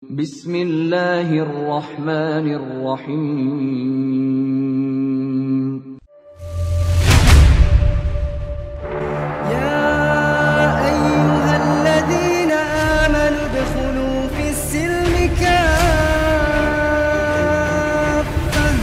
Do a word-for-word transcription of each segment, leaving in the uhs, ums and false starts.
Bismillahirrahmanirrahim. Ya ayyuhalladzina amanu udkhulu fis silmi kaffah.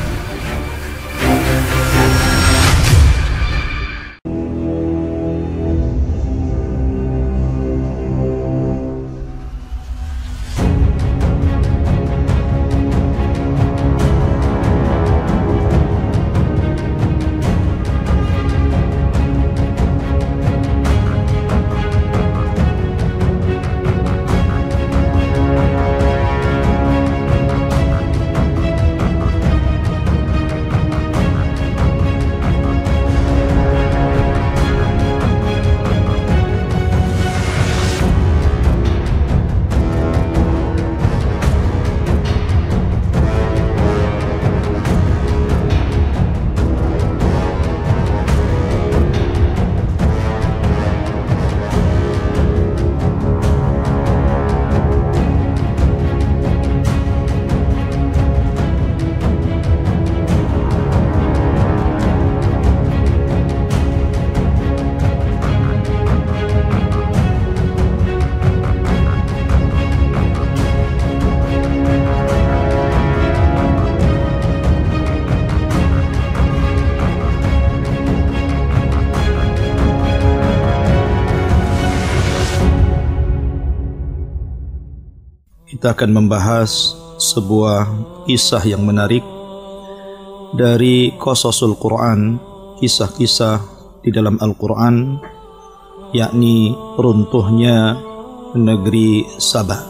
Kita akan membahas sebuah kisah yang menarik dari Qasasul Quran, kisah-kisah di dalam Al-Quran, yakni runtuhnya negeri Sabah.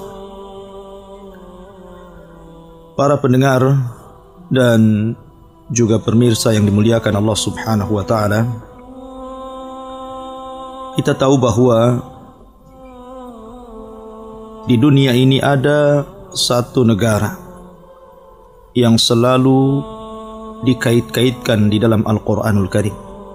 Para pendengar dan juga pemirsa yang dimuliakan Allah Subhanahu wa Ta'ala, kita tahu bahwa di dunia ini ada satu negara yang selalu dikait-kaitkan di dalam Al-Quranul Karim.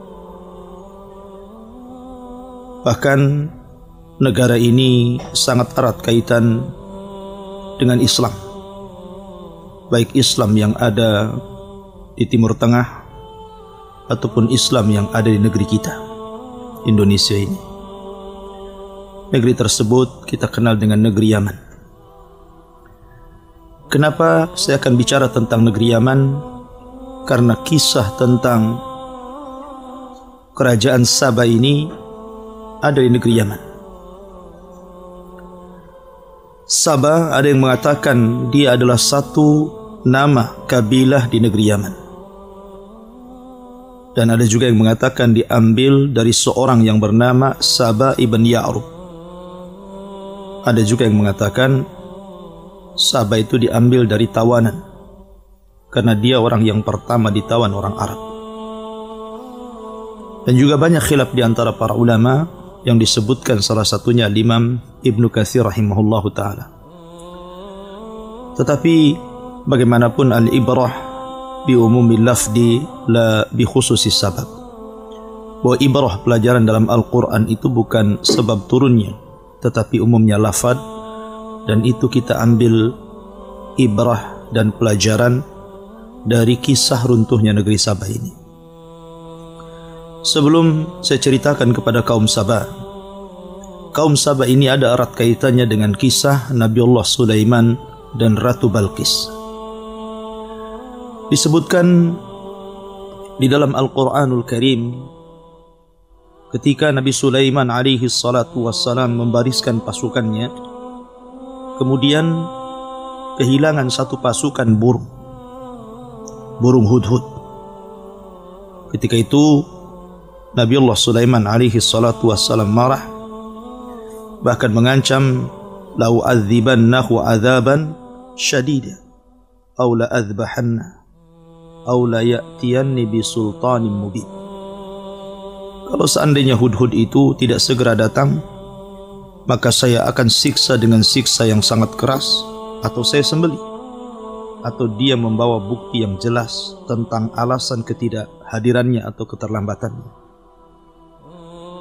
Bahkan negara ini sangat erat kaitan dengan Islam, baik Islam yang ada di Timur Tengah ataupun Islam yang ada di negeri kita, Indonesia ini. Negeri tersebut kita kenal dengan negeri Yaman. Kenapa saya akan bicara tentang negeri Yaman? Karena kisah tentang kerajaan Sabah ini ada di negeri Yaman. Sabah ada yang mengatakan dia adalah satu nama kabilah di negeri Yaman. Dan ada juga yang mengatakan diambil dari seorang yang bernama Sabah ibn Ya'rub. Ada juga yang mengatakan Sabah itu diambil dari tawanan, karena dia orang yang pertama ditawan orang Arab. Dan juga banyak khilaf di antara para ulama yang disebutkan salah satunya Imam Ibnu Katsir rahimahullahu ta'ala. Tetapi bagaimanapun al-ibrah bi umumil lafdi la bi khususi sabab. Bahwa ibrah, pelajaran dalam Al-Quran itu bukan sebab turunnya, tetapi umumnya lafad, dan itu kita ambil ibrah dan pelajaran dari kisah runtuhnya negeri Sabah ini. Sebelum saya ceritakan kepada kaum Sabah, kaum Sabah ini ada erat kaitannya dengan kisah Nabiullah Sulaiman dan Ratu Balqis. Disebutkan di dalam Al-Quranul Karim, ketika Nabi Sulaiman alaihi salatu wassalam membariskan pasukannya, kemudian kehilangan satu pasukan burung, burung hudhud. Ketika itu Nabiullah Sulaiman alaihi salatu wassalam marah, bahkan mengancam, lau adzibannahu adzaban syadida aw la adzbahanna aw la ya'tiyanni bisultanin mubin. Kalau seandainya hudhud itu tidak segera datang, maka saya akan siksa dengan siksa yang sangat keras, atau saya sembelih, atau dia membawa bukti yang jelas tentang alasan ketidakhadirannya atau keterlambatannya.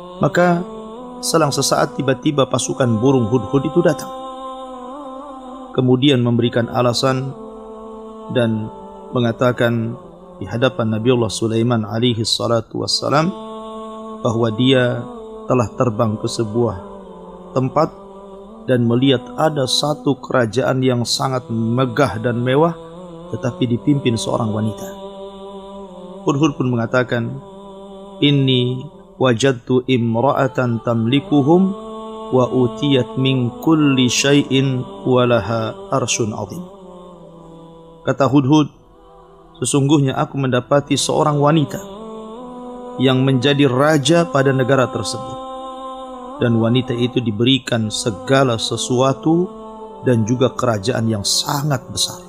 Maka selang sesaat tiba-tiba pasukan burung hudhud itu datang. kemudian memberikan alasan dan mengatakan di hadapan Nabiullah Sulaiman alaihi salatu wassalam bahwa dia telah terbang ke sebuah tempat dan melihat ada satu kerajaan yang sangat megah dan mewah tetapi dipimpin seorang wanita. Hudhud pun mengatakan, inni wajadtu imra'atan tamlikuhum wa utiyat min kulli syai'in walaha arsyun azim. Kata Hudhud, sesungguhnya aku mendapati seorang wanita yang menjadi raja pada negara tersebut, dan wanita itu diberikan segala sesuatu dan juga kerajaan yang sangat besar.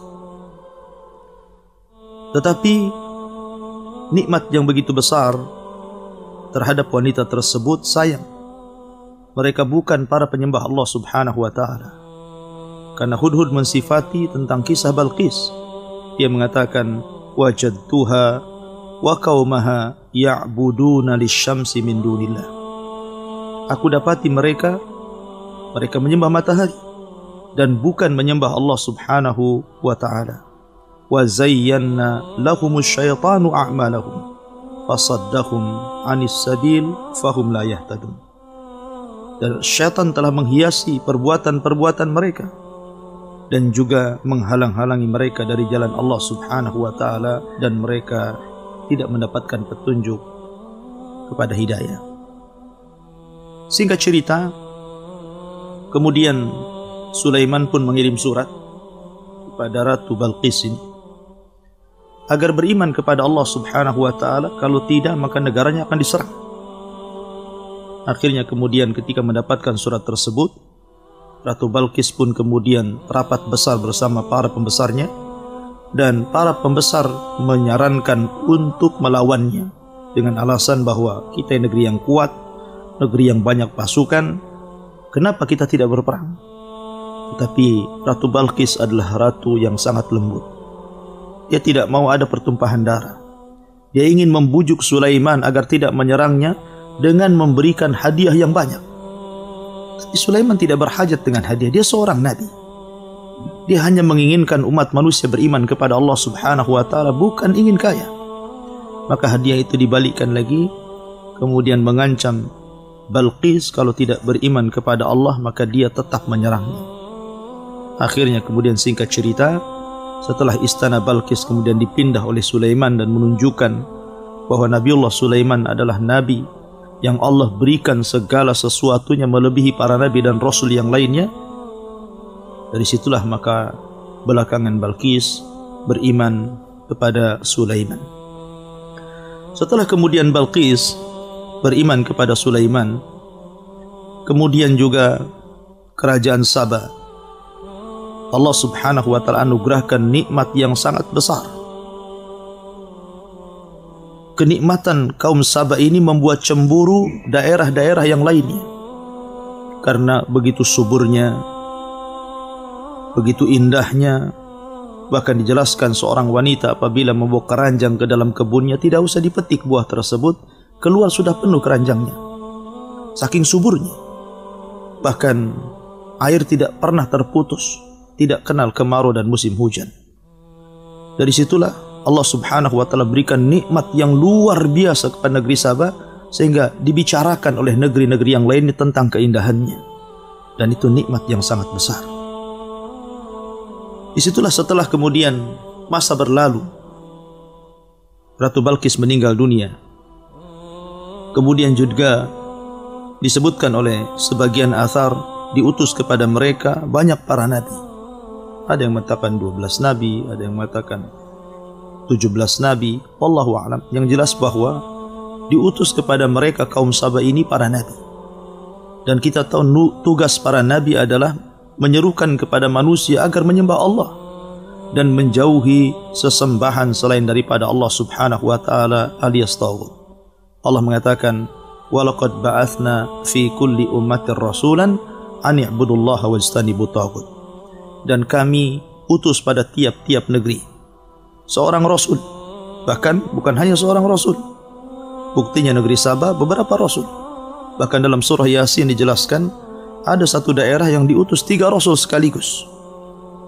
Tetapi nikmat yang begitu besar terhadap wanita tersebut sayang. Mereka bukan para penyembah Allah subhanahu wa ta'ala. Karena Hudhud mensifati tentang kisah Balqis. Dia mengatakan, wajadtuha wa qaumaha ya'buduna lisyamsi min dunillah. Aku dapati mereka, mereka menyembah matahari dan bukan menyembah Allah subhanahu wa ta'ala. Wa zayyana lahumus syaitanu a'malahum fasaddahum anis sabil fahum la yahtadun. Dan syaitan telah menghiasi perbuatan-perbuatan mereka dan juga menghalang-halangi mereka dari jalan Allah subhanahu wa ta'ala, dan mereka tidak mendapatkan petunjuk kepada hidayah. Singkat cerita, kemudian Sulaiman pun mengirim surat kepada Ratu Balqis ini agar beriman kepada Allah subhanahu wa ta'ala, kalau tidak maka negaranya akan diserang. Akhirnya kemudian ketika mendapatkan surat tersebut, Ratu Balqis pun kemudian rapat besar bersama para pembesarnya, dan para pembesar menyarankan untuk melawannya dengan alasan bahwa kita negeri yang kuat, negeri yang banyak pasukan, kenapa kita tidak berperang? Tetapi Ratu Balqis adalah ratu yang sangat lembut. Dia tidak mau ada pertumpahan darah. Dia ingin membujuk Sulaiman agar tidak menyerangnya dengan memberikan hadiah yang banyak. Tapi Sulaiman tidak berhajat dengan hadiah. Dia seorang nabi. Dia hanya menginginkan umat manusia beriman kepada Allah subhanahu wa ta'ala, bukan ingin kaya. Maka hadiah itu dibalikkan lagi, kemudian mengancam Balqis kalau tidak beriman kepada Allah maka dia tetap menyerangnya. Akhirnya kemudian singkat cerita, setelah istana Balqis kemudian dipindah oleh Sulaiman dan menunjukkan bahwa Nabiullah Sulaiman adalah nabi yang Allah berikan segala sesuatunya melebihi para nabi dan rasul yang lainnya. Dari situlah maka belakangan Balqis beriman kepada Sulaiman. Setelah kemudian Balqis beriman kepada Sulaiman, kemudian juga kerajaan Saba, Allah subhanahu wa ta'ala anugerahkan nikmat yang sangat besar. Kenikmatan kaum Saba ini membuat cemburu daerah-daerah yang lainnya, karena begitu suburnya, begitu indahnya. Bahkan dijelaskan seorang wanita apabila membawa keranjang ke dalam kebunnya, tidak usah dipetik buah tersebut, keluar sudah penuh keranjangnya, saking suburnya. Bahkan air tidak pernah terputus, tidak kenal kemarau dan musim hujan. Dari situlah Allah subhanahu wa ta'ala berikan nikmat yang luar biasa kepada negeri Saba, sehingga dibicarakan oleh negeri-negeri yang lainnya tentang keindahannya. Dan itu nikmat yang sangat besar. Disitulah setelah kemudian masa berlalu, Ratu Balqis meninggal dunia. Kemudian juga disebutkan oleh sebagian athar, diutus kepada mereka banyak para nabi. Ada yang mengatakan dua belas nabi, ada yang mengatakan tujuh belas nabi, wallahu a'lam. Yang jelas bahwa diutus kepada mereka kaum Saba ini para nabi. Dan kita tahu tugas para nabi adalah menyerukan kepada manusia agar menyembah Allah dan menjauhi sesembahan selain daripada Allah subhanahu wa ta'ala alias taghut. Allah mengatakan, walaqad ba'athna fi kulli ummatir rasulan an i'budullaha wajtanibut taghut. Dan kami utus pada tiap-tiap negeri seorang rasul, bahkan bukan hanya seorang rasul. Buktinya negeri Saba beberapa rasul. Bahkan dalam surah Yasin dijelaskan ada satu daerah yang diutus tiga rasul sekaligus.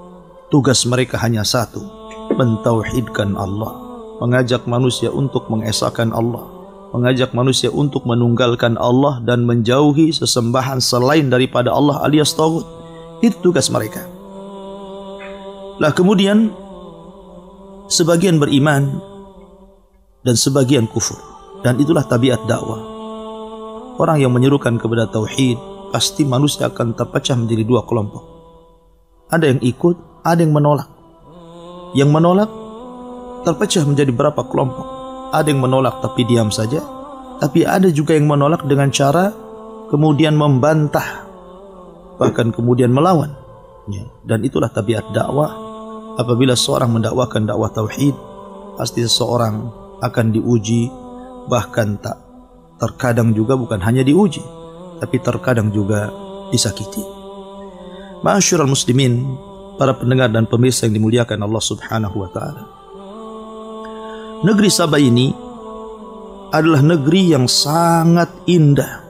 tugas mereka hanya satu, mentauhidkan Allah, mengajak manusia untuk mengesahkan Allah, mengajak manusia untuk menunggalkan Allah dan menjauhi sesembahan selain daripada Allah alias taghut. Itu tugas mereka. Lah kemudian sebagian beriman dan sebagian kufur, dan itulah tabiat dakwah. Orang yang menyerukan kepada tauhid, pasti manusia akan terpecah menjadi dua kelompok. Ada yang ikut, ada yang menolak. Yang menolak terpecah menjadi berapa kelompok. Ada yang menolak tapi diam saja, tapi ada juga yang menolak dengan cara kemudian membantah, bahkan kemudian melawan. Ya, dan itulah tabiat dakwah. Apabila seorang mendakwakan dakwah tauhid, pasti seseorang akan diuji, bahkan tak terkadang juga bukan hanya diuji, tapi terkadang juga disakiti. Ma'asyiral muslimin, para pendengar dan pemirsa yang dimuliakan Allah Subhanahu wa taala. Negeri Sabah ini adalah negeri yang sangat indah.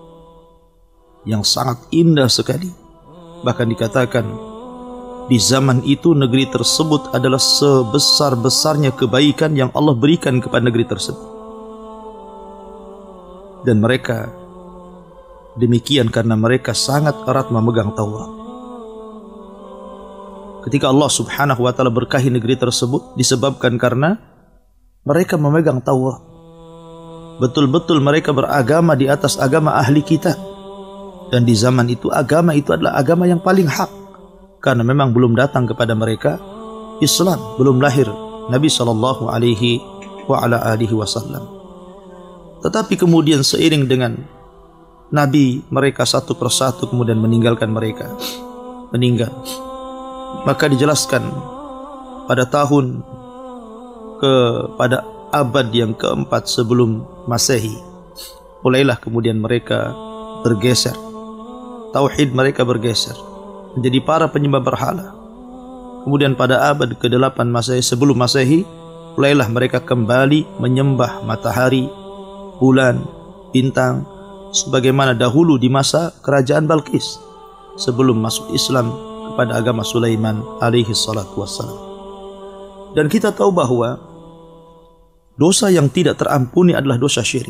Yang sangat indah sekali. Bahkan dikatakan di zaman itu negeri tersebut adalah sebesar-besarnya kebaikan yang Allah berikan kepada negeri tersebut. Dan mereka demikian karena mereka sangat erat memegang Taurat. Ketika Allah Subhanahu wa taala berkahi negeri tersebut disebabkan karena mereka memegang Taurat. Betul-betul mereka beragama di atas agama ahli kitab. Dan di zaman itu agama itu adalah agama yang paling hak, karena memang belum datang kepada mereka Islam, belum lahir Nabi sallallahu alaihi wa ala alihi wasallam. Tetapi kemudian seiring dengan Nabi mereka satu persatu kemudian meninggalkan mereka, meninggal. Maka dijelaskan pada tahun ke pada abad yang keempat sebelum Masehi, mulailah kemudian mereka bergeser, tauhid mereka bergeser menjadi para penyembah berhala. Kemudian pada abad kedelapan Masehi sebelum Masehi, mulailah mereka kembali menyembah matahari, bulan, bintang, sebagaimana dahulu di masa kerajaan Balqis sebelum masuk Islam kepada agama Sulaiman alaihi salatu wassalam. Dan kita tahu bahwa dosa yang tidak terampuni adalah dosa syirik.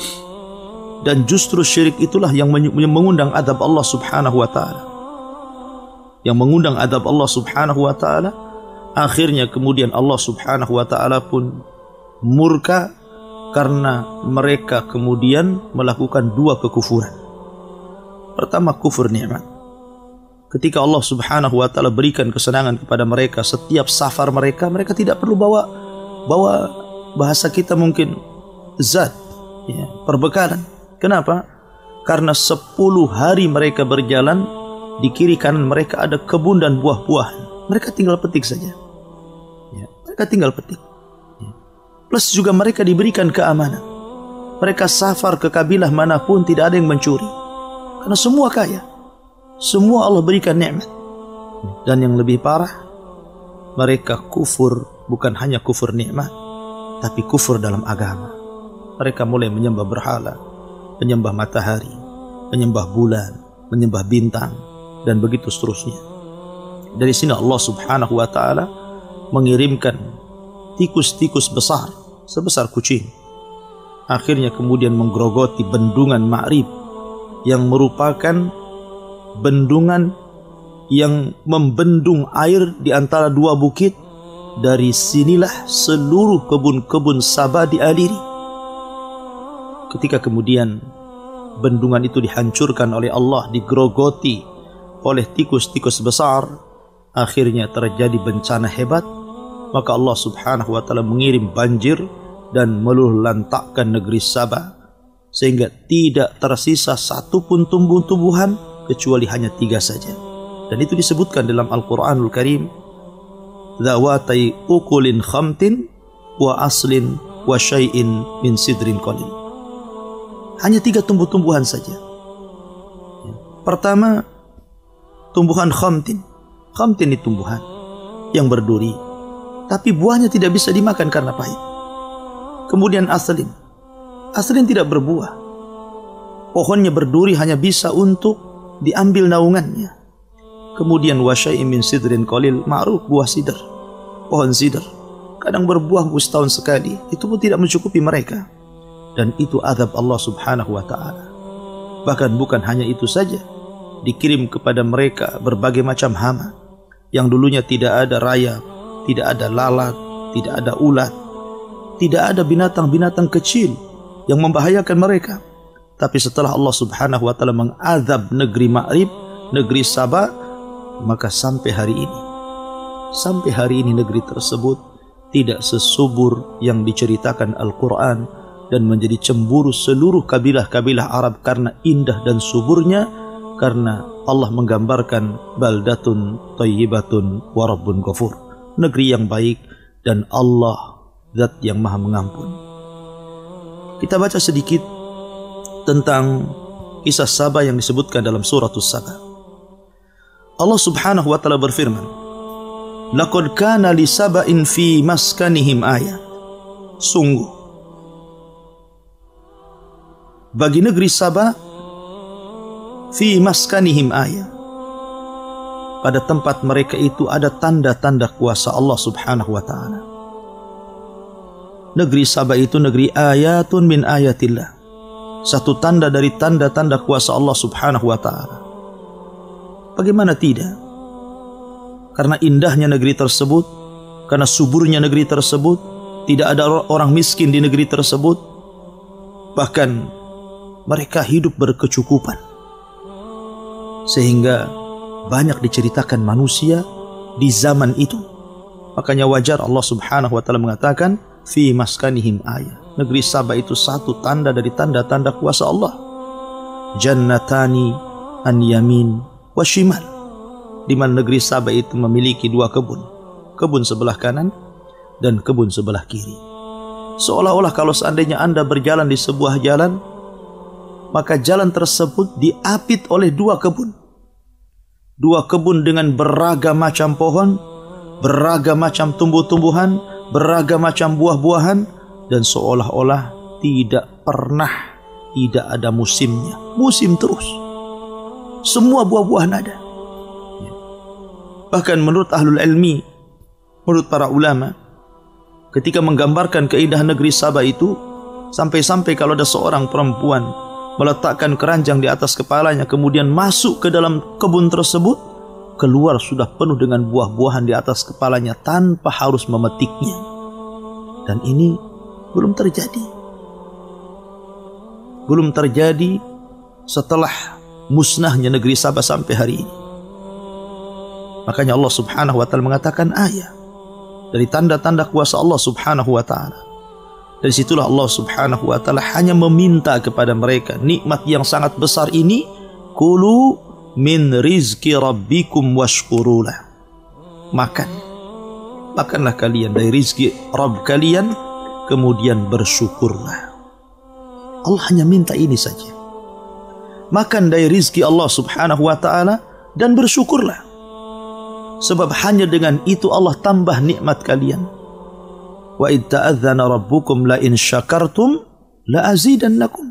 Dan justru syirik itulah yang mengundang adab Allah Subhanahu wa taala. Yang mengundang adab Allah Subhanahu wa taala, akhirnya kemudian Allah Subhanahu wa taala pun murka karena mereka kemudian melakukan dua kekufuran. Pertama, kufur nikmat. Ketika Allah Subhanahu wa taala berikan kesenangan kepada mereka, setiap safar mereka, mereka tidak perlu bawa bawa bahasa kita mungkin zat, ya, perbekalan. Kenapa? Karena sepuluh hari mereka berjalan, di kiri kanan mereka ada kebun dan buah-buahan. Mereka tinggal petik saja. Ya, mereka tinggal petik. Plus juga mereka diberikan keamanan. Mereka safar ke kabilah manapun tidak ada yang mencuri. Karena semua kaya. Semua Allah berikan nikmat. Dan yang lebih parah, mereka kufur, bukan hanya kufur nikmat, tapi kufur dalam agama. Mereka mulai menyembah berhala, menyembah matahari, menyembah bulan, menyembah bintang, dan begitu seterusnya. Dari sini Allah Subhanahu wa taala mengirimkan tikus-tikus besar sebesar kucing, akhirnya kemudian menggerogoti bendungan Ma'rib yang merupakan bendungan yang membendung air di antara dua bukit. Dari sinilah seluruh kebun-kebun Sabah dialiri. Ketika kemudian bendungan itu dihancurkan oleh Allah, digerogoti oleh tikus-tikus besar, akhirnya terjadi bencana hebat. Maka Allah Subhanahu wa taala mengirim banjir dan meluluhlantakkan negeri Sabah, sehingga tidak tersisa satupun tumbuh-tumbuhan kecuali hanya tiga saja. Dan itu disebutkan dalam Al-Quranul Karim, Zawatai ukulin khamtin wa aslin wa syai'in min sidrin qalil. Hanya tiga tumbuh-tumbuhan saja. Pertama, tumbuhan khamtin. Khamtin itu tumbuhan yang berduri, tapi buahnya tidak bisa dimakan karena pahit. Kemudian aslin. Aslin tidak berbuah. Pohonnya berduri hanya bisa untuk diambil naungannya. Kemudian wa syai'in min sidrin qalil, ma'ruf buah sidr, pohon sidr kadang berbuah setahun sekali, itu pun tidak mencukupi mereka. Dan itu azab Allah subhanahu wa ta'ala. Bahkan bukan hanya itu saja, dikirim kepada mereka berbagai macam hama yang dulunya tidak ada rayap, tidak ada lalat, tidak ada ulat, tidak ada binatang-binatang kecil yang membahayakan mereka. Tapi setelah Allah subhanahu wa ta'ala mengazab negeri Ma'rib, negeri Sabah, maka sampai hari ini sampai hari ini negeri tersebut tidak sesubur yang diceritakan Al-Quran, dan menjadi cemburu seluruh kabilah-kabilah Arab karena indah dan suburnya, karena Allah menggambarkan baldatun thayyibatun wa rabbun ghafur, negeri yang baik dan Allah zat yang maha mengampun. Kita baca sedikit tentang kisah Sabah yang disebutkan dalam suratus Sabah. Allah subhanahu wa ta'ala berfirman, laqad kana li saba'in fi maskanihim ayat. Sungguh bagi negeri Sabah fi maskanihim ayat, pada tempat mereka itu ada tanda-tanda kuasa Allah subhanahu wa ta'ala. Negeri Sabah itu negeri ayatun min ayatillah, satu tanda dari tanda-tanda kuasa Allah subhanahu wa ta'ala. Bagaimana tidak? Karena indahnya negeri tersebut, karena suburnya negeri tersebut, tidak ada orang miskin di negeri tersebut, bahkan mereka hidup berkecukupan, sehingga banyak diceritakan manusia di zaman itu. Makanya wajar Allah subhanahu wa ta'ala mengatakan fi maskanihim ayat. Negeri Sabah itu satu tanda dari tanda-tanda kuasa Allah. Jannatani an yamin wa shimal, di mana negeri Sabah itu memiliki dua kebun, kebun sebelah kanan dan kebun sebelah kiri. Seolah-olah kalau seandainya Anda berjalan di sebuah jalan, maka jalan tersebut diapit oleh dua kebun. Dua kebun dengan beragam macam pohon, beragam macam tumbuh-tumbuhan, beragam macam buah-buahan, dan seolah-olah tidak pernah tidak ada musimnya. Musim terus. Semua buah-buahan ada. Bahkan menurut ahlul ilmi, menurut para ulama, ketika menggambarkan keindahan negeri Sabah itu, sampai-sampai kalau ada seorang perempuan meletakkan keranjang di atas kepalanya, kemudian masuk ke dalam kebun tersebut, keluar sudah penuh dengan buah-buahan di atas kepalanya tanpa harus memetiknya. Dan ini belum terjadi. Belum terjadi setelah musnahnya negeri Sabah sampai hari ini. Makanya Allah subhanahu wa ta'ala mengatakan ayat dari tanda-tanda kuasa Allah subhanahu wa ta'ala. Dari situlah Allah subhanahu wa ta'ala hanya meminta kepada mereka nikmat yang sangat besar ini, kulu min rizki rabbikum washkurulah. Makan, makanlah kalian dari rizki Rabb kalian, kemudian bersyukurlah. Allah hanya minta ini saja. Makan dari rizki Allah subhanahu wa ta'ala dan bersyukurlah. Sebab hanya dengan itu Allah tambah nikmat kalian. Wa id ta'adzana rabbukum la in syakartum la azidannakum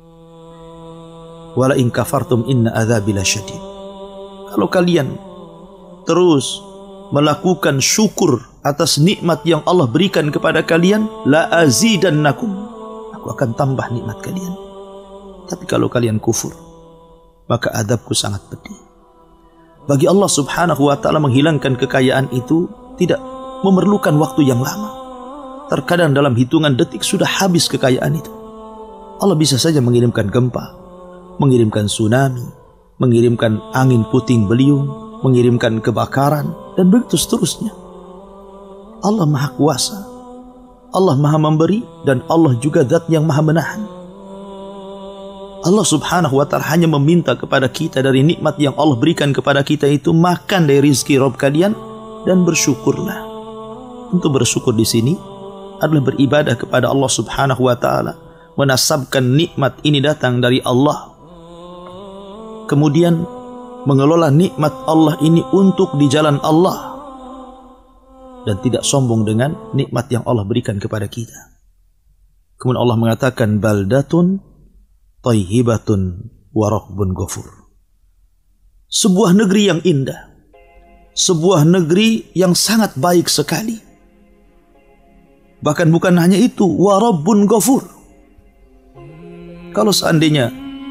wa la in kafartum inna adzabi lasyadid. Kalau kalian terus melakukan syukur atas nikmat yang Allah berikan kepada kalian, la azidannakum, aku akan tambah nikmat kalian. Tapi kalau kalian kufur, maka azabku sangat pedih. Bagi Allah subhanahu wa ta'ala menghilangkan kekayaan itu tidak memerlukan waktu yang lama. Terkadang dalam hitungan detik sudah habis kekayaan itu. Allah bisa saja mengirimkan gempa, mengirimkan tsunami, mengirimkan angin puting beliung, mengirimkan kebakaran, dan begitu seterusnya. Allah maha kuasa, Allah maha memberi, dan Allah juga zat yang maha menahan. Allah subhanahu wa ta'ala hanya meminta kepada kita dari nikmat yang Allah berikan kepada kita itu, makan dari rizki Rabb kalian dan bersyukurlah. Untuk bersyukur di sini adalah beribadah kepada Allah subhanahu wa ta'ala, menasabkan nikmat ini datang dari Allah, kemudian mengelola nikmat Allah ini untuk di jalan Allah, dan tidak sombong dengan nikmat yang Allah berikan kepada kita. Kemudian Allah mengatakan baldatun thayyibatun wa rabbun ghafur, sebuah negeri yang indah, sebuah negeri yang sangat baik sekali. Bahkan bukan hanya itu, wa rabbun ghafur. Kalau seandainya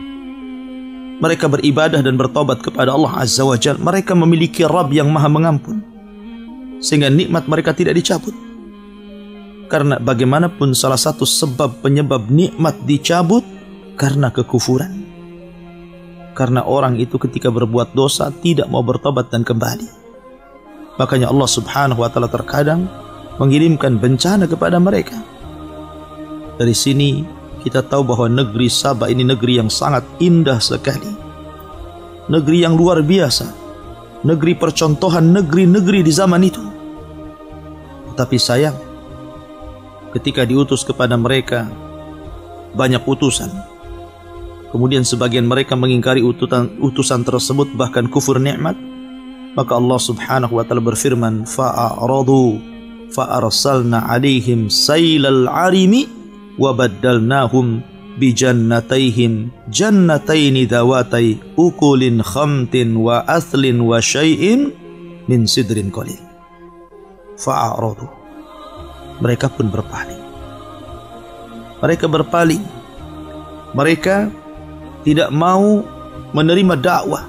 mereka beribadah dan bertobat kepada Allah Azza wa Jalla, mereka memiliki Rabb yang maha mengampun, sehingga nikmat mereka tidak dicabut. Karena bagaimanapun salah satu sebab penyebab nikmat dicabut karena kekufuran. Karena orang itu ketika berbuat dosa tidak mau bertobat dan kembali. Makanya Allah Subhanahu wa taala terkadang mengirimkan bencana kepada mereka. Dari sini kita tahu bahwa negeri Sabah ini negeri yang sangat indah sekali. Negeri yang luar biasa. Negeri percontohan negeri-negeri di zaman itu. Tetapi sayang, ketika diutus kepada mereka banyak utusan, kemudian sebagian mereka mengingkari utusan, utusan tersebut, bahkan kufur nikmat, maka Allah Subhanahu wa taala berfirman, fa'aradu fa'arsalna 'alaihim sailal 'arimi wa baddalnahum bi jannatayhim jannataini dhawatai ukulin khamtin wa athlin wa syai'in min sidrin qalil. Fa'aradu, mereka pun berpaling. Mereka berpaling. Mereka tidak mau menerima dakwah,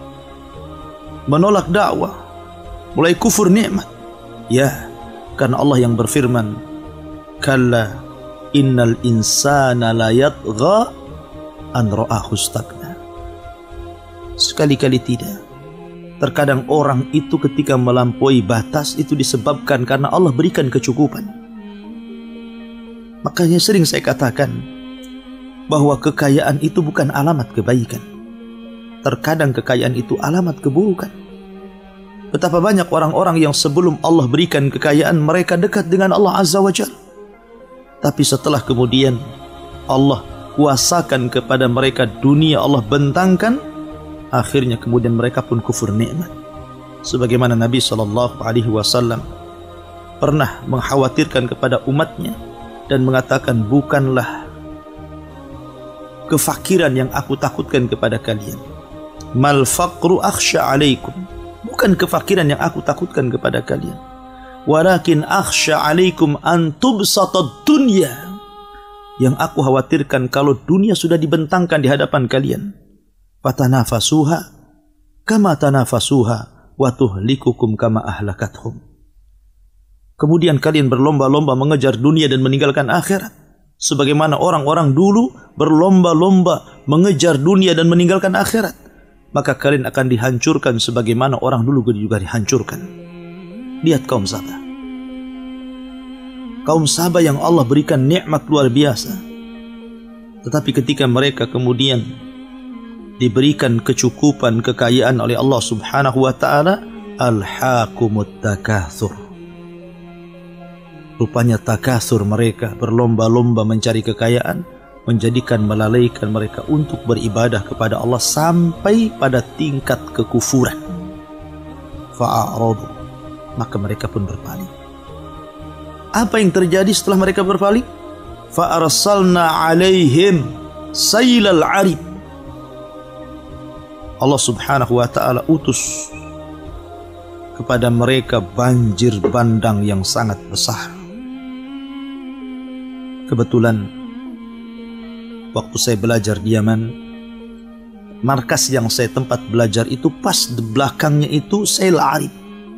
menolak dakwah, mulai kufur nikmat. Ya, karena Allah yang berfirman, kalla innal insana la yatgha an ra'ahu istaghna. Sekali-kali tidak. Terkadang orang itu ketika melampaui batas itu disebabkan karena Allah berikan kecukupan. Makanya sering saya katakan bahwa kekayaan itu bukan alamat kebaikan. Terkadang kekayaan itu alamat keburukan. Betapa banyak orang-orang yang sebelum Allah berikan kekayaan mereka dekat dengan Allah Azza wa Jalla. Tapi setelah kemudian Allah kuasakan kepada mereka dunia, Allah bentangkan, akhirnya kemudian mereka pun kufur nikmat. Sebagaimana Nabi shallallahu alaihi wasallam pernah mengkhawatirkan kepada umatnya dan mengatakan, bukanlah kefakiran yang aku takutkan kepada kalian. Mal faqru akhsha alaikum. Bukan kefakiran yang aku takutkan kepada kalian. Walakin akhsha alaikum an tubsatad dunya. Yang aku khawatirkan kalau dunia sudah dibentangkan di hadapan kalian. Fatanafasuha kama tanafasuha wa tuhlikukum kama ahlakathum. Kemudian kalian berlomba-lomba mengejar dunia dan meninggalkan akhirat. Sebagaimana orang-orang dulu berlomba-lomba mengejar dunia dan meninggalkan akhirat, maka kalian akan dihancurkan sebagaimana orang dulu juga dihancurkan. Lihat kaum Sabah. Kaum Sabah yang Allah berikan nikmat luar biasa. Tetapi ketika mereka kemudian diberikan kecukupan, kekayaan oleh Allah Subhanahu wa taala, alhaqumut takatsur. Rupanya takatsur mereka, berlomba-lomba mencari kekayaan, menjadikan melalaikan mereka untuk beribadah kepada Allah sampai pada tingkat kekufuran. Fa'aradu, maka mereka pun berpaling. Apa yang terjadi setelah mereka berpaling? Fa'arsalna alaihim sailal arib. Allah Subhanahu wa ta'ala utus kepada mereka banjir bandang yang sangat besar. Kebetulan waktu saya belajar di Yaman, markas yang saya tempat belajar itu pas di belakangnya itu Sail Arib,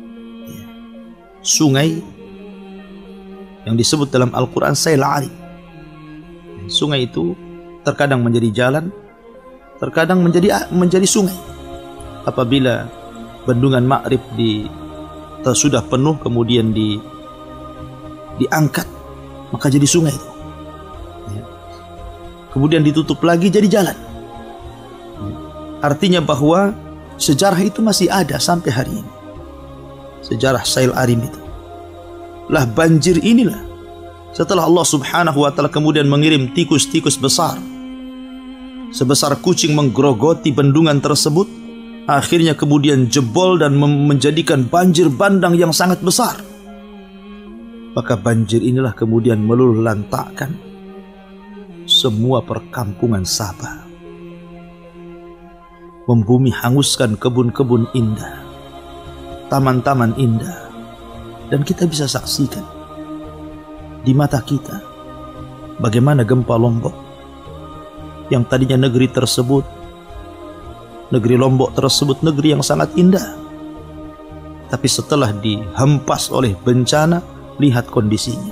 sungai yang disebut dalam Al-Quran Sail Arib. Sungai itu terkadang menjadi jalan, terkadang menjadi menjadi sungai. Apabila bendungan Ma'rib di sudah penuh kemudian di diangkat, maka jadi sungai itu. Kemudian ditutup lagi jadi jalan. Artinya bahwa sejarah itu masih ada sampai hari ini. Sejarah Sail Arib itu. Lah banjir inilah setelah Allah Subhanahu wa taala kemudian mengirim tikus-tikus besar sebesar kucing menggerogoti bendungan tersebut, akhirnya kemudian jebol dan menjadikan banjir bandang yang sangat besar. Maka banjir inilah kemudian meluluh lantakkan semua perkampungan Sabah, membumi hanguskan kebun-kebun indah, taman-taman indah. Dan kita bisa saksikan di mata kita bagaimana gempa Lombok, yang tadinya negeri tersebut, negeri Lombok tersebut negeri yang sangat indah, tapi setelah dihempas oleh bencana, lihat kondisinya.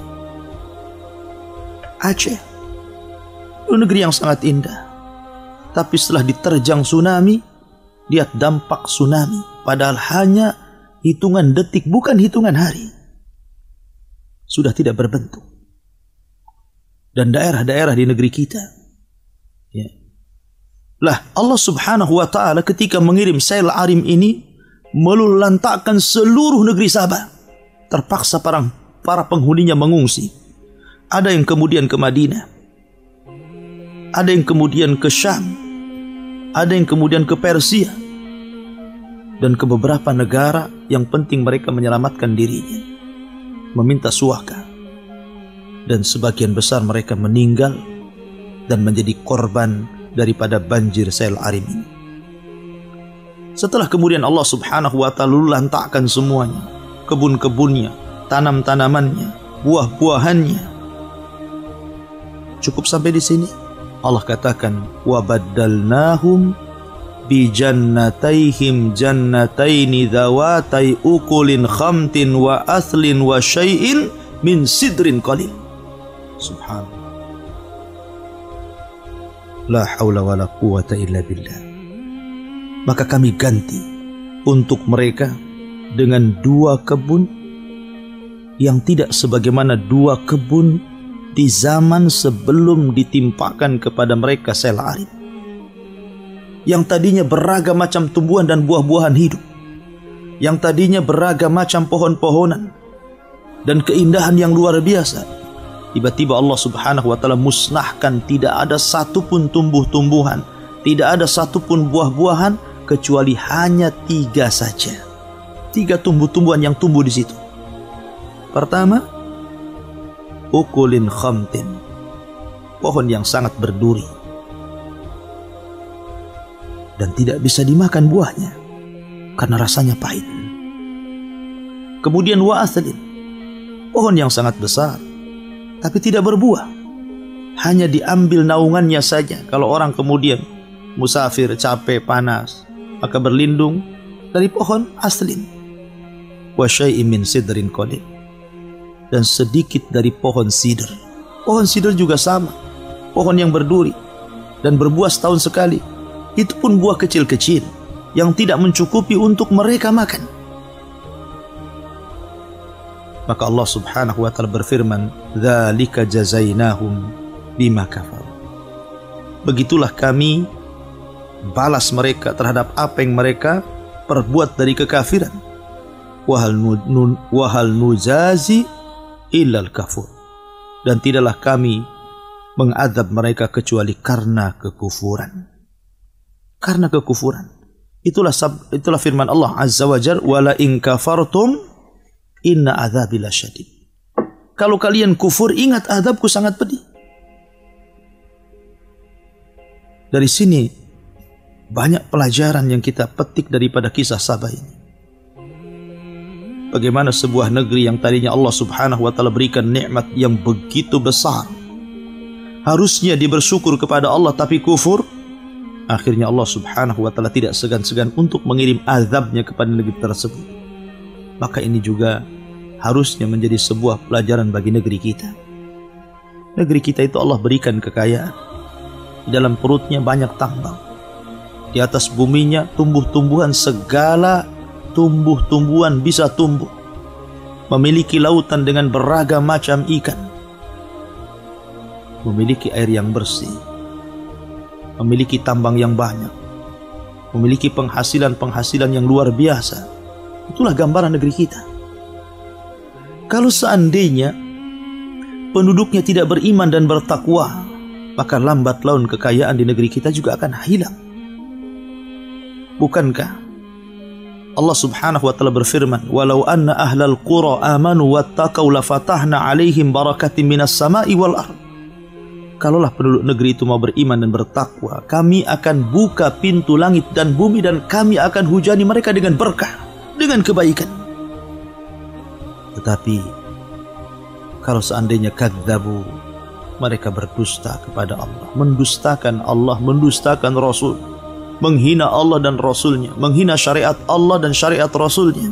Aceh, itu negeri yang sangat indah, tapi setelah diterjang tsunami, lihat dampak tsunami. Padahal hanya hitungan detik, bukan hitungan hari, sudah tidak berbentuk. Dan daerah-daerah di negeri kita, ya. Lah Allah subhanahu wa ta'ala ketika mengirim Sail Arim ini, melulantakkan seluruh negeri Sabah. Terpaksa para, para penghuninya mengungsi. Ada yang kemudian ke Madinah, ada yang kemudian ke Syam, ada yang kemudian ke Persia, dan ke beberapa negara yang penting mereka menyelamatkan dirinya, meminta suaka. Dan sebagian besar mereka meninggal dan menjadi korban daripada banjir Sail Arim ini. Setelah kemudian Allah subhanahu wa ta'ala lantakkan semuanya, kebun-kebunnya, tanam-tanamannya, buah-buahannya. Cukup sampai di sini? Allah katakan, wa baddalnahum bi jannataihim jannataini dhawatai ukulin khamtin wa aslin wa syai'in min sidrin qalil. Subhanallah. La haula wa la quwata illa billah. Maka kami ganti untuk mereka dengan dua kebun yang tidak sebagaimana dua kebun di zaman sebelum ditimpakan kepada mereka Sail Arim, yang tadinya beragam macam tumbuhan dan buah-buahan hidup, yang tadinya beragam macam pohon-pohonan dan keindahan yang luar biasa. Tiba-tiba Allah subhanahu wa ta'ala musnahkan, tidak ada satupun tumbuh-tumbuhan, tidak ada satupun buah-buahan, kecuali hanya tiga saja. Tiga tumbuh-tumbuhan yang tumbuh di situ. Pertama, ukulin khamtin, pohon yang sangat berduri dan tidak bisa dimakan buahnya karena rasanya pahit. Kemudian wa aslin, pohon yang sangat besar tapi tidak berbuah, hanya diambil naungannya saja. Kalau orang kemudian musafir, capek, panas, maka berlindung dari pohon aslin. Wa syai'in min sidrin qalil, dan sedikit dari pohon sidr. Pohon sidr juga sama, pohon yang berduri dan berbuah setahun sekali. Itu pun buah kecil-kecil yang tidak mencukupi untuk mereka makan. Maka Allah subhanahu wa ta'ala berfirman, dzalika jazainahum bima kafaru. Begitulah kami balas mereka terhadap apa yang mereka perbuat dari kekafiran. Wahal nun wahal nujazi illal kafur, dan tidaklah kami mengadab mereka kecuali karena kekufuran. Karena kekufuran. Itulah itulah firman Allah azza wajalla, wala in kafartum inna adzabi lasyadid. Kalau kalian kufur, ingat azabku sangat pedih. Dari sini banyak pelajaran yang kita petik daripada kisah Sabah ini. Bagaimana sebuah negeri yang tadinya Allah subhanahu wa ta'ala berikan nikmat yang begitu besar, harusnya dibersyukur kepada Allah tapi kufur. Akhirnya Allah subhanahu wa ta'ala tidak segan-segan untuk mengirim azabnya kepada negeri tersebut. Maka ini juga harusnya menjadi sebuah pelajaran bagi negeri kita. Negeri kita itu Allah berikan kekayaan. Di dalam perutnya banyak tambang. Di atas buminya tumbuh-tumbuhan, segala tumbuh-tumbuhan bisa tumbuh. Memiliki lautan dengan beragam macam ikan. Memiliki air yang bersih. Memiliki tambang yang banyak. Memiliki penghasilan-penghasilan yang luar biasa. Itulah gambaran negeri kita. Kalau seandainya penduduknya tidak beriman dan bertakwa, maka lambat laun kekayaan di negeri kita juga akan hilang. Bukankah Allah subhanahu wa ta'ala berfirman, walau anna ahlal qura amanu wattaqau lafatahna alaihim barakatim minas sama'i wal ard. Kalaulah penduduk negeri itu mau beriman dan bertakwa, kami akan buka pintu langit dan bumi dan kami akan hujani mereka dengan berkah. dengan kebaikan. Tetapi kalau seandainya kadzabu, mereka berdusta kepada Allah, mendustakan Allah, mendustakan Rasul, menghina Allah dan Rasulnya, menghina syariat Allah dan syariat Rasulnya,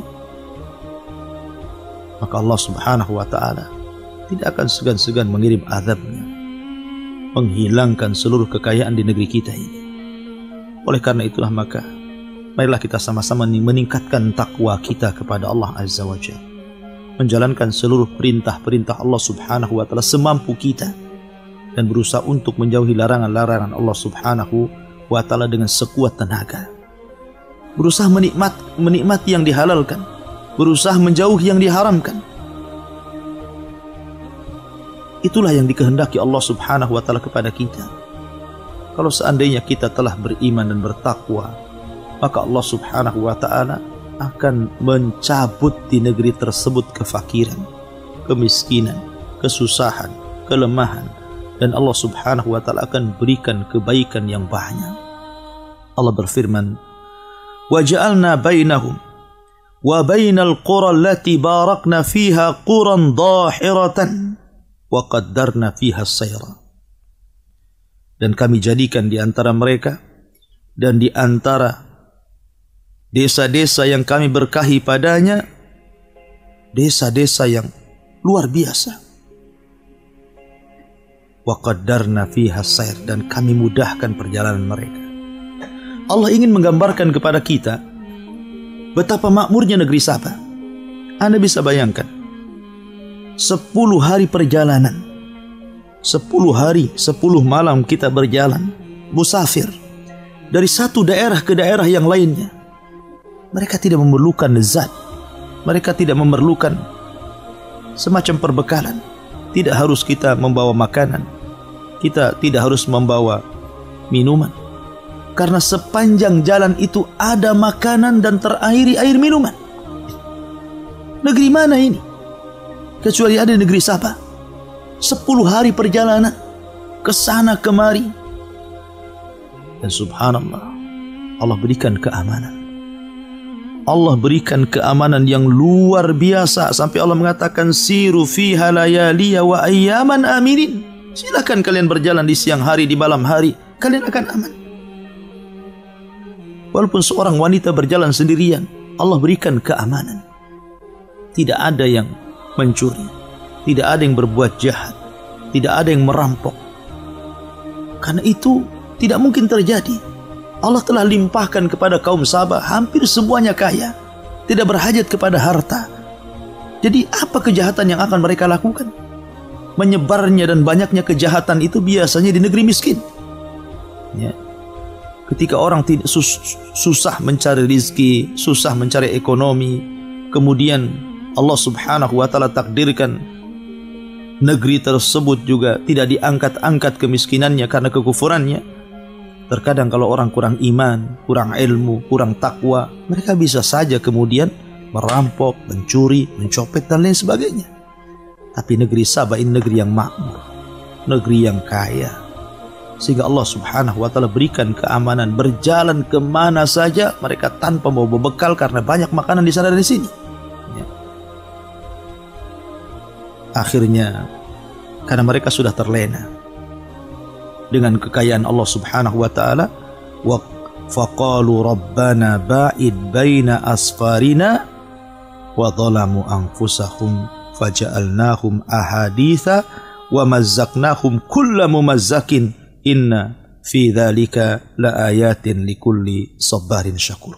maka Allah subhanahu wa ta'ala tidak akan segan-segan mengirim azabnya, menghilangkan seluruh kekayaan di negeri kita ini. Oleh karena itulah maka marilah kita sama-sama meningkatkan takwa kita kepada Allah Azza wa Jalla, menjalankan seluruh perintah-perintah Allah subhanahu wa ta'ala semampu kita, dan berusaha untuk menjauhi larangan-larangan Allah subhanahu wa ta'ala dengan sekuat tenaga. Berusaha menikmat, menikmati yang dihalalkan, berusaha menjauhi yang diharamkan. Itulah yang dikehendaki Allah subhanahu wa ta'ala kepada kita. Kalau seandainya kita telah beriman dan bertakwa, maka Allah subhanahu wa ta'ala akan mencabut di negeri tersebut kefakiran, kemiskinan, kesusahan, kelemahan, dan Allah subhanahu wa ta'ala akan berikan kebaikan yang banyak. Allah berfirman, وَجَعَلْنَا بَيْنَهُمْ وَبَيْنَ الْقُرَى الَّتِي بَارَكْنَا فِيهَا قُرًى ضَاحِرَةً وَقَدَّرْنَا فِيهَا السَّيْرَ. Dan kami jadikan di antara mereka dan di antara desa-desa yang kami berkahi padanya, desa-desa yang luar biasa. Wa qaddarna fiha sayr, dan kami mudahkan perjalanan mereka. Allah ingin menggambarkan kepada kita betapa makmurnya negeri Saba. Anda bisa bayangkan, sepuluh hari perjalanan, sepuluh hari, sepuluh malam kita berjalan, musafir, dari satu daerah ke daerah yang lainnya. Mereka tidak memerlukan zat, mereka tidak memerlukan semacam perbekalan. Tidak harus kita membawa makanan, kita tidak harus membawa minuman, karena sepanjang jalan itu ada makanan dan terairi air minuman. Negeri mana ini kecuali ada negeri Saba? Sepuluh hari perjalanan ke sana kemari, dan subhanallah, Allah berikan keamanan. Allah berikan keamanan yang luar biasa sampai Allah mengatakan siru fiha layaliya wa ayyaman aminin. Silakan kalian berjalan di siang hari, di malam hari, kalian akan aman. Walaupun seorang wanita berjalan sendirian, Allah berikan keamanan. Tidak ada yang mencuri, tidak ada yang berbuat jahat, tidak ada yang merampok. Karena itu tidak mungkin terjadi. Allah telah limpahkan kepada kaum Saba, hampir semuanya kaya, tidak berhajat kepada harta. Jadi apa kejahatan yang akan mereka lakukan? Menyebarnya dan banyaknya kejahatan itu biasanya di negeri miskin. Ya. Ketika orang tidak sus, susah mencari rizki, susah mencari ekonomi, kemudian Allah subhanahu wa ta'ala takdirkan negeri tersebut juga tidak diangkat-angkat kemiskinannya karena kekufurannya. Terkadang kalau orang kurang iman, kurang ilmu, kurang takwa, mereka bisa saja kemudian merampok, mencuri, mencopet, dan lain sebagainya. Tapi negeri Saba ini negeri yang makmur, negeri yang kaya, sehingga Allah subhanahu wa ta'ala berikan keamanan. Berjalan kemana saja mereka tanpa membawa bekal, karena banyak makanan di sana dan di sini. Ya. Akhirnya, karena mereka sudah terlena dengan kekayaan Allah subhanahu wa ta'ala, wa faqalu rabbana ba'id baina asfarina wa dhalamu anfusahum faja'alnahum ahaditha wa mazzaqnahum kulla mumazzakin inna fi dhalika la ayatin likulli sabarin syakur.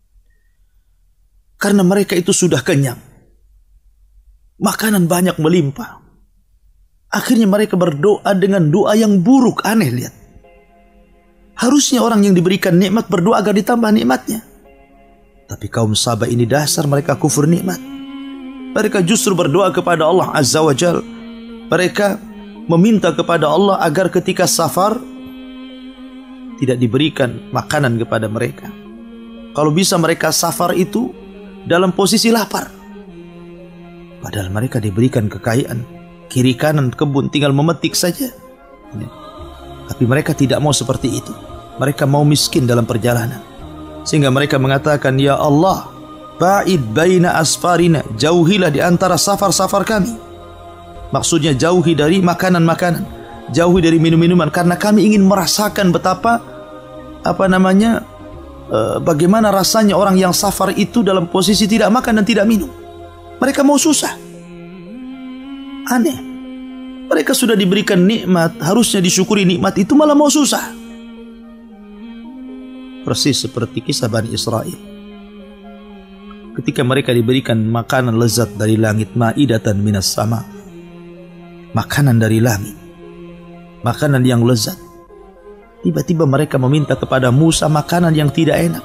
Karena mereka itu sudah kenyang, makanan banyak melimpah, akhirnya mereka berdoa dengan doa yang buruk. Aneh, lihat. Harusnya orang yang diberikan nikmat berdoa agar ditambah nikmatnya. Tapi kaum Saba ini dasar mereka kufur nikmat. Mereka justru berdoa kepada Allah Azza wa Jal. Mereka meminta kepada Allah agar ketika safar tidak diberikan makanan kepada mereka. Kalau bisa mereka safar itu dalam posisi lapar. Padahal mereka diberikan kekayaan, kiri kanan kebun, tinggal memetik saja. Ya. Tapi mereka tidak mau seperti itu. Mereka mau miskin dalam perjalanan. Sehingga mereka mengatakan, ya Allah, Ba'id baina asfarina, jauhilah di antara safar-safar kami. Maksudnya jauhi dari makanan-makanan, jauhi dari minum-minuman, karena kami ingin merasakan betapa apa namanya uh, bagaimana rasanya orang yang safar itu dalam posisi tidak makan dan tidak minum. Mereka mau susah. Aneh. Mereka sudah diberikan nikmat, harusnya disyukuri nikmat itu, malah mau susah. Persis seperti kisah Bani Israel. Ketika mereka diberikan makanan lezat dari langit, ma'idatan minas sama, makanan dari langit, makanan yang lezat, tiba-tiba mereka meminta kepada Musa makanan yang tidak enak.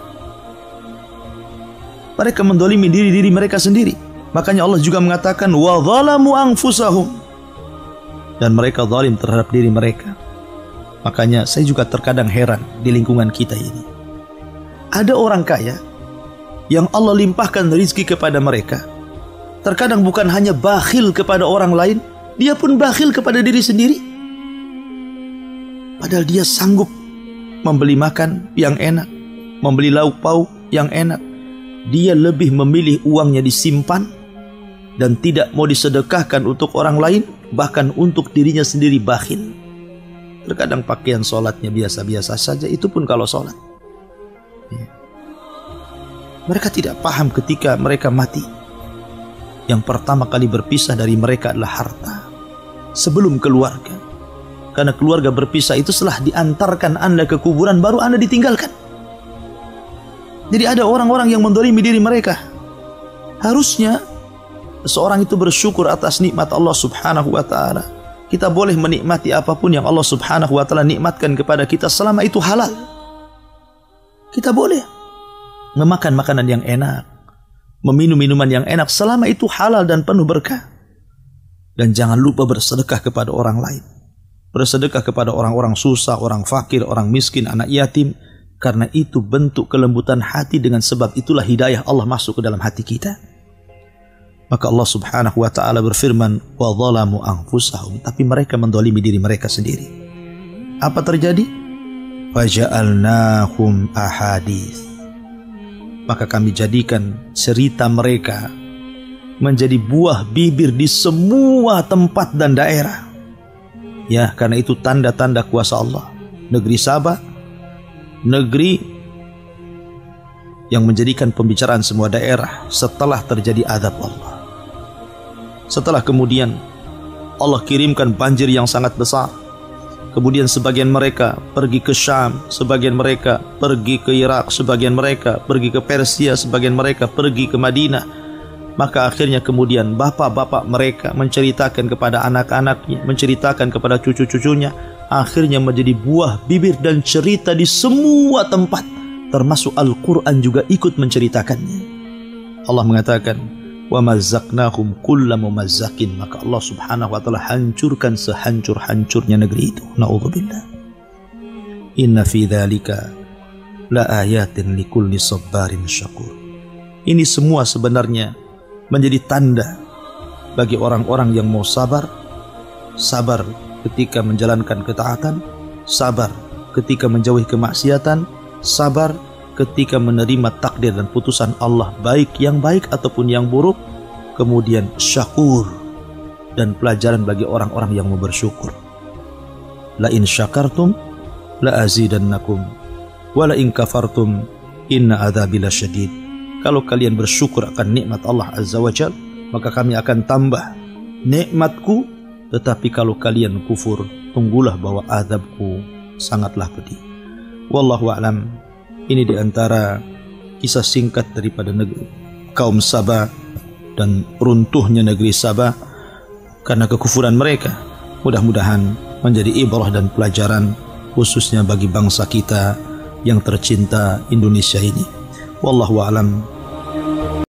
Mereka mendolimi diri-diri mereka sendiri. Makanya Allah juga mengatakan wa zalamu anfusahum, dan mereka zalim terhadap diri mereka. Makanya saya juga terkadang heran di lingkungan kita ini. Ada orang kaya yang Allah limpahkan rezeki kepada mereka. Terkadang bukan hanya bakhil kepada orang lain, dia pun bakhil kepada diri sendiri. Padahal dia sanggup membeli makan yang enak, membeli lauk pauk yang enak. Dia lebih memilih uangnya disimpan dan tidak mau disedekahkan untuk orang lain, bahkan untuk dirinya sendiri bakhil. Terkadang pakaian sholatnya biasa-biasa saja, itu pun kalau sholat. Ya. Mereka tidak paham ketika mereka mati, yang pertama kali berpisah dari mereka adalah harta, sebelum keluarga. Karena keluarga berpisah itu setelah diantarkan Anda ke kuburan, baru Anda ditinggalkan. Jadi ada orang-orang yang mendolimi diri mereka. Harusnya seorang itu bersyukur atas nikmat Allah subhanahu wa ta'ala. Kita boleh menikmati apapun yang Allah subhanahu wa ta'ala nikmatkan kepada kita selama itu halal. Kita boleh memakan makanan yang enak, meminum minuman yang enak selama itu halal dan penuh berkah. Dan jangan lupa bersedekah kepada orang lain. Bersedekah kepada orang-orang susah, orang fakir, orang miskin, anak yatim. Karena itu bentuk kelembutan hati, dengan sebab itulah hidayah Allah masuk ke dalam hati kita. Maka Allah subhanahu wa ta'ala berfirman, wa zalamu anfusahum, tapi mereka mendolimi diri mereka sendiri. Apa terjadi? Faja'alnahum ahadith, maka kami jadikan cerita mereka menjadi buah bibir di semua tempat dan daerah. Ya, karena itu tanda-tanda kuasa Allah. Negeri Sabah, negeri yang menjadikan pembicaraan semua daerah setelah terjadi azab Allah. Setelah kemudian Allah kirimkan banjir yang sangat besar. Kemudian sebagian mereka pergi ke Syam, sebagian mereka pergi ke Irak, sebagian mereka pergi ke Persia, sebagian mereka pergi ke Madinah. Maka akhirnya kemudian bapak-bapak mereka menceritakan kepada anak-anaknya, menceritakan kepada cucu-cucunya. Akhirnya menjadi buah bibir dan cerita di semua tempat, termasuk Al-Quran juga ikut menceritakannya. Allah mengatakan, wa mazzaqnahum kulla mumazzakin, maka Allah subhanahu wa ta'ala hancurkan sehancur-hancurnya negeri itu. Na'udzubillah. Inna fi dzalika la ayatin likulli sabbarin syakur. Ini semua sebenarnya menjadi tanda bagi orang-orang yang mau sabar. Sabar ketika menjalankan ketaatan, sabar ketika menjauhi kemaksiatan, sabar ketika menerima takdir dan putusan Allah, baik yang baik ataupun yang buruk. Kemudian syakur, dan pelajaran bagi orang-orang yang mau bersyukur. La in syakartum la azidannakum wa la in kafartum inna adzabi lasyadid. Kalau kalian bersyukur akan nikmat Allah azza wajalla, maka kami akan tambah nikmatku. Tetapi kalau kalian kufur, tunggulah bahwa azabku sangatlah pedih. Wallahu a'lam. Ini diantara kisah singkat daripada negeri kaum Sabah dan runtuhnya negeri Sabah karena kekufuran mereka. Mudah-mudahan menjadi ibrah dan pelajaran, khususnya bagi bangsa kita yang tercinta Indonesia ini. Wallahu a'lam.